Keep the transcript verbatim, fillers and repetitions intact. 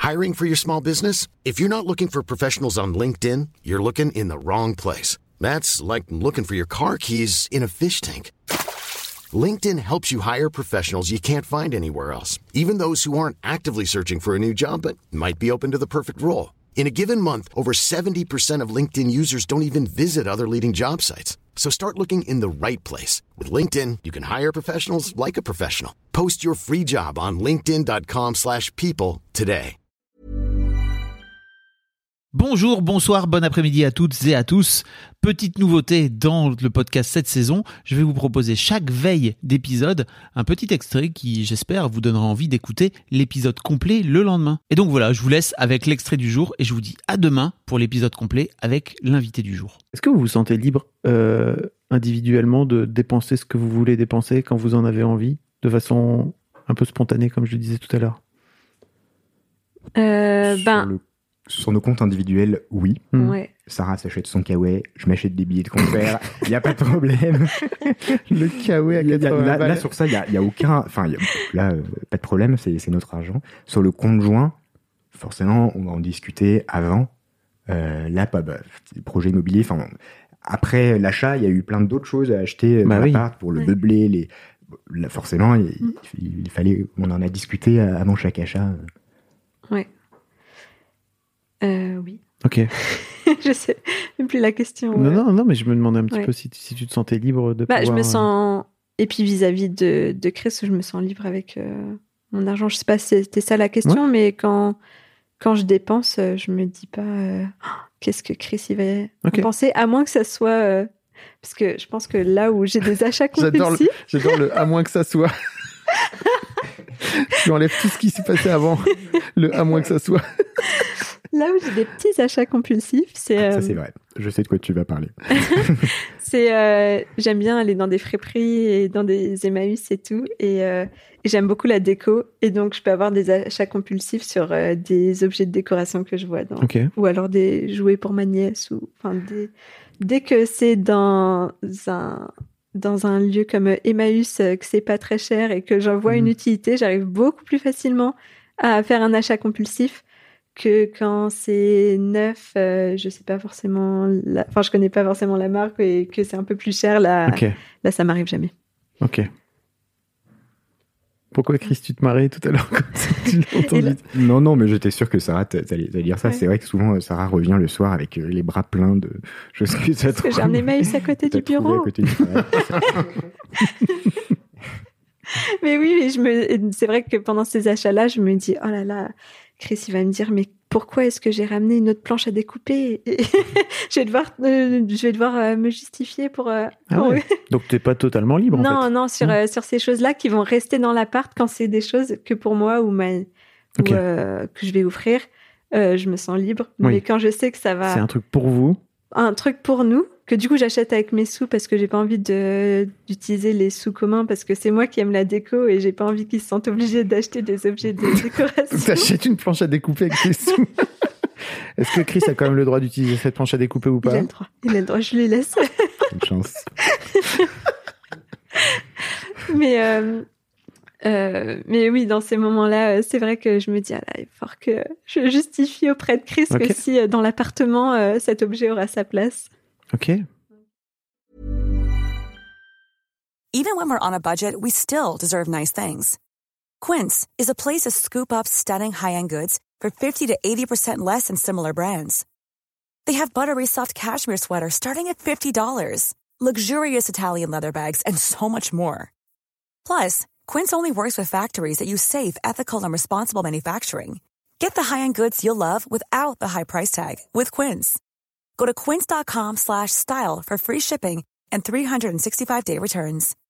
Hiring for your small business? If you're not looking for professionals on LinkedIn, you're looking in the wrong place. That's like looking for your car keys in a fish tank. LinkedIn helps you hire professionals you can't find anywhere else, even those who aren't actively searching for a new job but might be open to the perfect role. In a given month, over seventy percent of LinkedIn users don't even visit other leading job sites. So start looking in the right place. With LinkedIn, you can hire professionals like a professional. Post your free job on linkedin.com slash people today. Bonjour, bonsoir, bon après-midi à toutes et à tous. Petite nouveauté dans le podcast cette saison, je vais vous proposer chaque veille d'épisode un petit extrait qui, j'espère, vous donnera envie d'écouter l'épisode complet le lendemain. Et donc voilà, je vous laisse avec l'extrait du jour et je vous dis à demain pour l'épisode complet avec l'invité du jour. Est-ce que vous vous sentez libre euh, individuellement de dépenser ce que vous voulez dépenser quand vous en avez envie, de façon un peu spontanée comme je le disais tout à l'heure? euh, Ben... Sur le... Sur nos comptes individuels, oui. Mmh. Ouais. Sarah s'achète son kawaii, je m'achète des billets de concert, il n'y a pas de problème. Le kawaii à quatre-vingts là, balles. là, sur ça, il n'y a, y a aucun... Enfin, y a, là, euh, pas de problème, c'est, c'est notre argent. Sur le compte joint, forcément, on va en discuter avant. Euh, là, pas, bah, projet immobilier, enfin... Après l'achat, il y a eu plein d'autres choses à acheter bah dans oui. l'appart pour le Ouais. meubler. Les... Là, forcément, il, mmh. il, il fallait... On en a discuté avant chaque achat. Ouais. Euh, oui. Ok. Je sais même plus la question. Non, ouais. non, non, mais je me demandais un petit Ouais. peu si, si tu te sentais libre de Bah, pouvoir... je me sens... Et puis vis-à-vis de, de Chris, je me sens libre avec euh, mon argent. Je sais pas si c'était ça la question, ouais. mais quand, quand je dépense, je me dis pas euh, oh, qu'est-ce que Chris il va okay. en penser, à moins que ça soit... Euh, parce que je pense que là où j'ai des achats compulsifs... j'adore, le, j'adore le « à moins que ça soit ». Tu enlèves tout ce qui s'est passé avant. Le « à moins que ça soit ». Là où j'ai des petits achats compulsifs, c'est... Euh... Ça, c'est vrai. Je sais de quoi tu vas parler. c'est... Euh... J'aime bien aller dans des friperies et dans des Emmaüs et tout. Et, euh... et j'aime beaucoup la déco. Et donc, je peux avoir des achats compulsifs sur euh, des objets de décoration que je vois. Dans... Okay. Ou alors des jouets pour ma nièce. Ou... Enfin, des... Dès que c'est dans un... dans un lieu comme Emmaüs, euh, que c'est pas très cher et que j'en vois mmh. une utilité, j'arrive beaucoup plus facilement à faire un achat compulsif que quand c'est neuf, euh, je sais pas forcément, la... enfin je connais pas forcément la marque et que c'est un peu plus cher, là, okay. là ça m'arrive jamais. Ok. Pourquoi Chris, tu te marrais tout à l'heure quand tu l'as entendu? Là... Non, non, mais j'étais sûr que Sarah t'allais dire ça. Ouais. C'est vrai que souvent Sarah revient le soir avec les bras pleins de. Je sais que ça. Parce que j'ai un Emmaüs à côté du bureau. À côté du mais oui, mais je me... c'est vrai que pendant ces achats-là, je me dis oh là là. Chris, il va me dire, mais pourquoi est-ce que j'ai ramené une autre planche à découper? Et je vais devoir, euh, je vais devoir euh, me justifier pour... Euh, ah pour... ouais. Donc, tu n'es pas totalement libre, non, en fait. Non, sur, mmh. euh, sur ces choses-là qui vont rester dans l'appart quand c'est des choses que pour moi ou, ma, okay. ou euh, que je vais offrir, euh, je me sens libre. Oui. Mais quand je sais que ça va... C'est un truc pour vous. Un truc pour nous, que du coup j'achète avec mes sous parce que j'ai pas envie de, d'utiliser les sous communs parce que c'est moi qui aime la déco et j'ai pas envie qu'ils se sentent obligés d'acheter des objets de décoration. T'achètes une planche à découper avec tes sous. Est-ce que Chris a quand même le droit d'utiliser cette planche à découper ou pas? Il a le droit, il a le droit, je lui laisse. Une chance. mais, euh, euh, mais oui, dans ces moments-là, c'est vrai que je me dis, ah là, il faut que je justifie auprès de Chris okay. que si dans l'appartement, euh, cet objet aura sa place. Ok. Even when we're on a budget, we still deserve nice things. Quince is a place to scoop up stunning high-end goods for fifty to eighty percent less than similar brands. They have buttery soft cashmere sweaters starting at fifty dollars, luxurious Italian leather bags, and so much more. Plus, Quince only works with factories that use safe, ethical, and responsible manufacturing. Get the high-end goods you'll love without the high price tag with Quince. Go to quince.com slash style for free shipping and three sixty-five day returns.